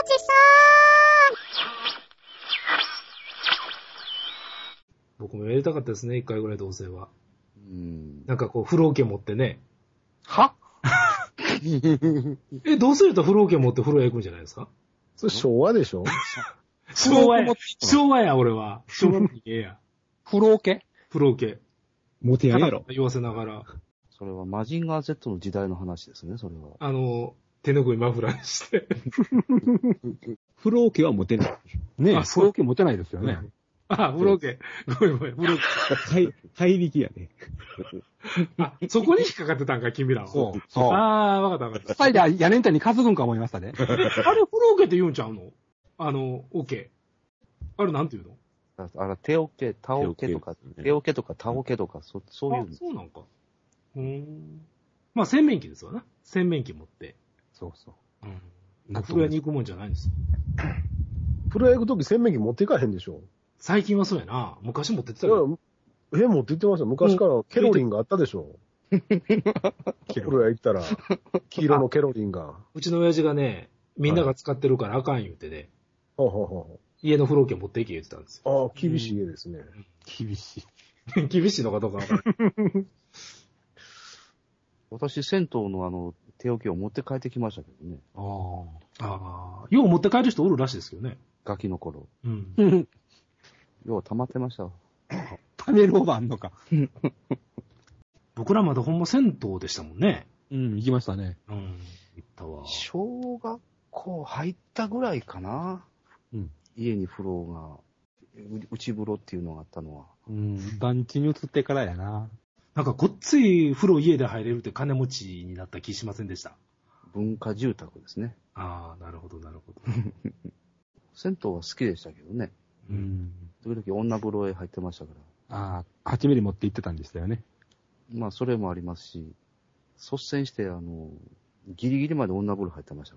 ちさ僕もやりたかったですね、一回ぐらい同棲は。なんかこう、風呂桶持ってね。 は同棲やったら風呂桶持って風呂屋行くんじゃないですか？ それ昭和でしょ？ 昭和や。昭和や、俺は。昭和の人間や。 風呂桶風呂桶。 モテやんやろ。 言わせながら。 それはマジンガー Z の時代の話ですね、それは。 手ぬぐいマフラーにして。 風呂桶はモテない。 ねえ、風呂桶持てないですよね。 あ、風呂桶。ごめんごめん、風呂桶。怪力やね。 あ、そこに引っかかってたんか、君らは。 そう。そう。 ああ、わかったわかった。 スパイダー屋根板に担ぐんか思いましたね。 あれ、風呂桶って言うんちゃうの？桶。あれなんて言うの？ 手桶、タ桶とか、手桶とかタ桶とか、そういう。 そうなんか。まあ、洗面器ですわな。洗面器持って。 そうそう。 風呂屋に行くもんじゃないんですよ。 風呂屋行くとき洗面器持っていかへんでしょ？ 最近はそうやな。昔持ってってたけど。 持って行ってました。昔からケロリンがあったでしょ？風呂屋行ったら、黄色のケロリンが。 うちの親父がね、みんなが使ってるからあかん言うてね。家の風呂桶持っていけ言ってたんですよ。ああ、厳しい家ですね。 厳しい。厳しいのかどうかわからない。 私、銭湯の手桶を持って帰ってきましたけどね。 ああ。よう持って帰る人おるらしいですけどね。 ガキの頃。よう溜まってました。 溜めるオーバーあんのか。 僕らまだほんま銭湯でしたもんね。 行きましたね。 行ったわ。 小学校入ったぐらいかな。家に風呂が、内風呂っていうのがあったのは。 団地に移ってからやな。 なんかごっつい風呂家で入れるって金持ちになった気しませんでした？ 文化住宅ですね。 ああ、なるほど、なるほど。 銭湯は好きでしたけどね。時々女風呂へ入ってましたから。 ああ、8ミリ持って行ってたんでしたよね。 まあ、それもありますし、率先して、ギリギリまで女風呂入ってましたから。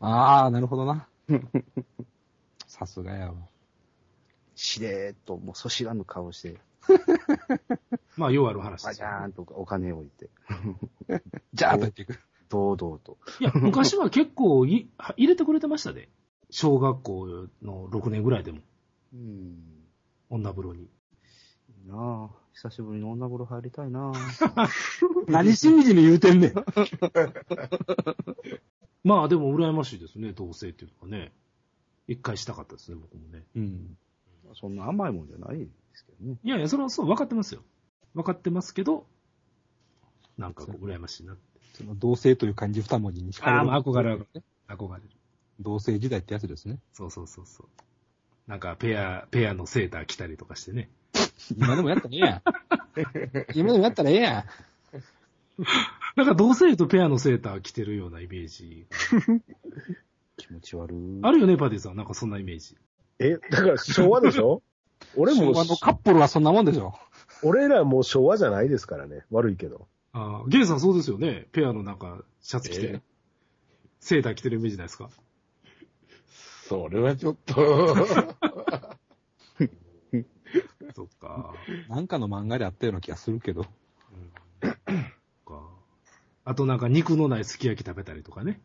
ああ、なるほどな。さすがやわ。 しれーっと、もうそしらぬ顔して。 まあ、ようある話です。 バジャーンとお金を置いて。 ジャーッと言っていく。 堂々と。 いや、昔は結構入れてくれてましたで。小学校の6年ぐらいでも。女風呂に。 いいなぁ。久しぶりに女風呂入りたいなぁ。 何しみじみ言うてんねん。 まあでも羨ましいですね、同棲っていうのがね。一回したかったですね、僕もね。 そんな甘いもんじゃないですけどね。 いやいや、それはそう、分かってますよ。分かってますけど、なんかこう、羨ましいなって。 その同棲という漢字二文字に惹かれる。 憧れる。憧れる。 同棲時代ってやつですね。 そう。なんか、ペアのセーター着たりとかしてね。 今でもやったらええやん。今でもやったらええやん。 なんか同性とペアのセーター着てるようなイメージ。 気持ち悪い。 あるよね、パティさん。なんかそんなイメージ。 だから昭和でしょ？俺も。 昭和のカップルはそんなもんでしょ。 俺らもう昭和じゃないですからね。悪いけど。 ゲイさんそうですよね。ペアのなんか、シャツ着て、セーター着てるイメージないですか？ それはちょっと。 そっか。 なんかの漫画であったような気がするけど。 あとなんか肉のないすき焼き食べたりとかね。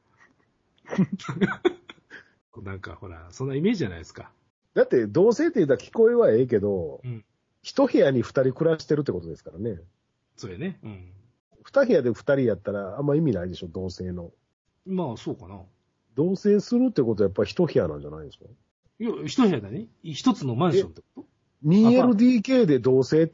なんかほら、そんなイメージじゃないですか。 だって同棲って言ったら聞こえはええけど、一部屋に二人暮らしてるってことですからね。 そうやね。 二部屋で二人やったらあんま意味ないでしょ、同棲の。 まあそうかな。 同棲するってことはやっぱり一部屋なんじゃないですか？ いや、一部屋だね。一つのマンションってこと？ 2LDK で同棲って、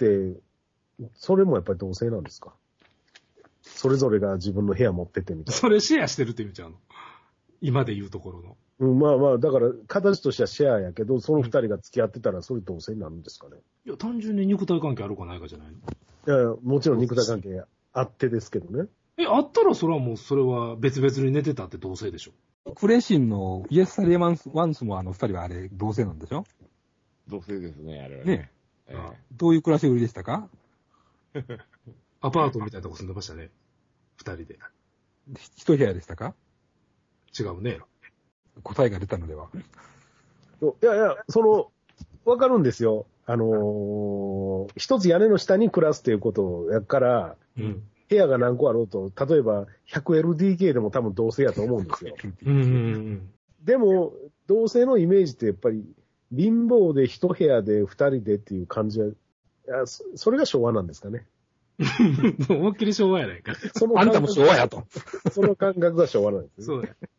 それもやっぱり同棲なんですか？それぞれが自分の部屋持っててみたいな。 それシェアしてるって意味ちゃうの？今で言うところの。 まあまあ、だから形としてはシェアやけど、その二人が付き合ってたらそれ同棲になるんですかね？ いや、単純に肉体関係あるかないかじゃないの？ いや、もちろん肉体関係あってですけどね。 あったらそれはもう、それは別々に寝てたって同棲でしょ。 クレシンのイエス・サリエマンス・ワンスも二人はあれ同棲なんでしょ？ 同棲ですね、あれはね。どういう暮らしぶりでしたか？ アパートみたいなとこ住んでましたね。二人で。 一部屋でしたか？ 違うね。 答えが出たのでは。 いやいや、わかるんですよ。一つ屋根の下に暮らすっていうことやから、部屋が何個あろうと、例えば 100LDK でも多分同棲やと思うんですよ。 でも、同性のイメージってやっぱり、貧乏で一部屋で二人でっていう感じは、それが昭和なんですかね。 思いっきり昭和やないか。 あんたも昭和やと。 その感覚が昭和なんですね。 そうや。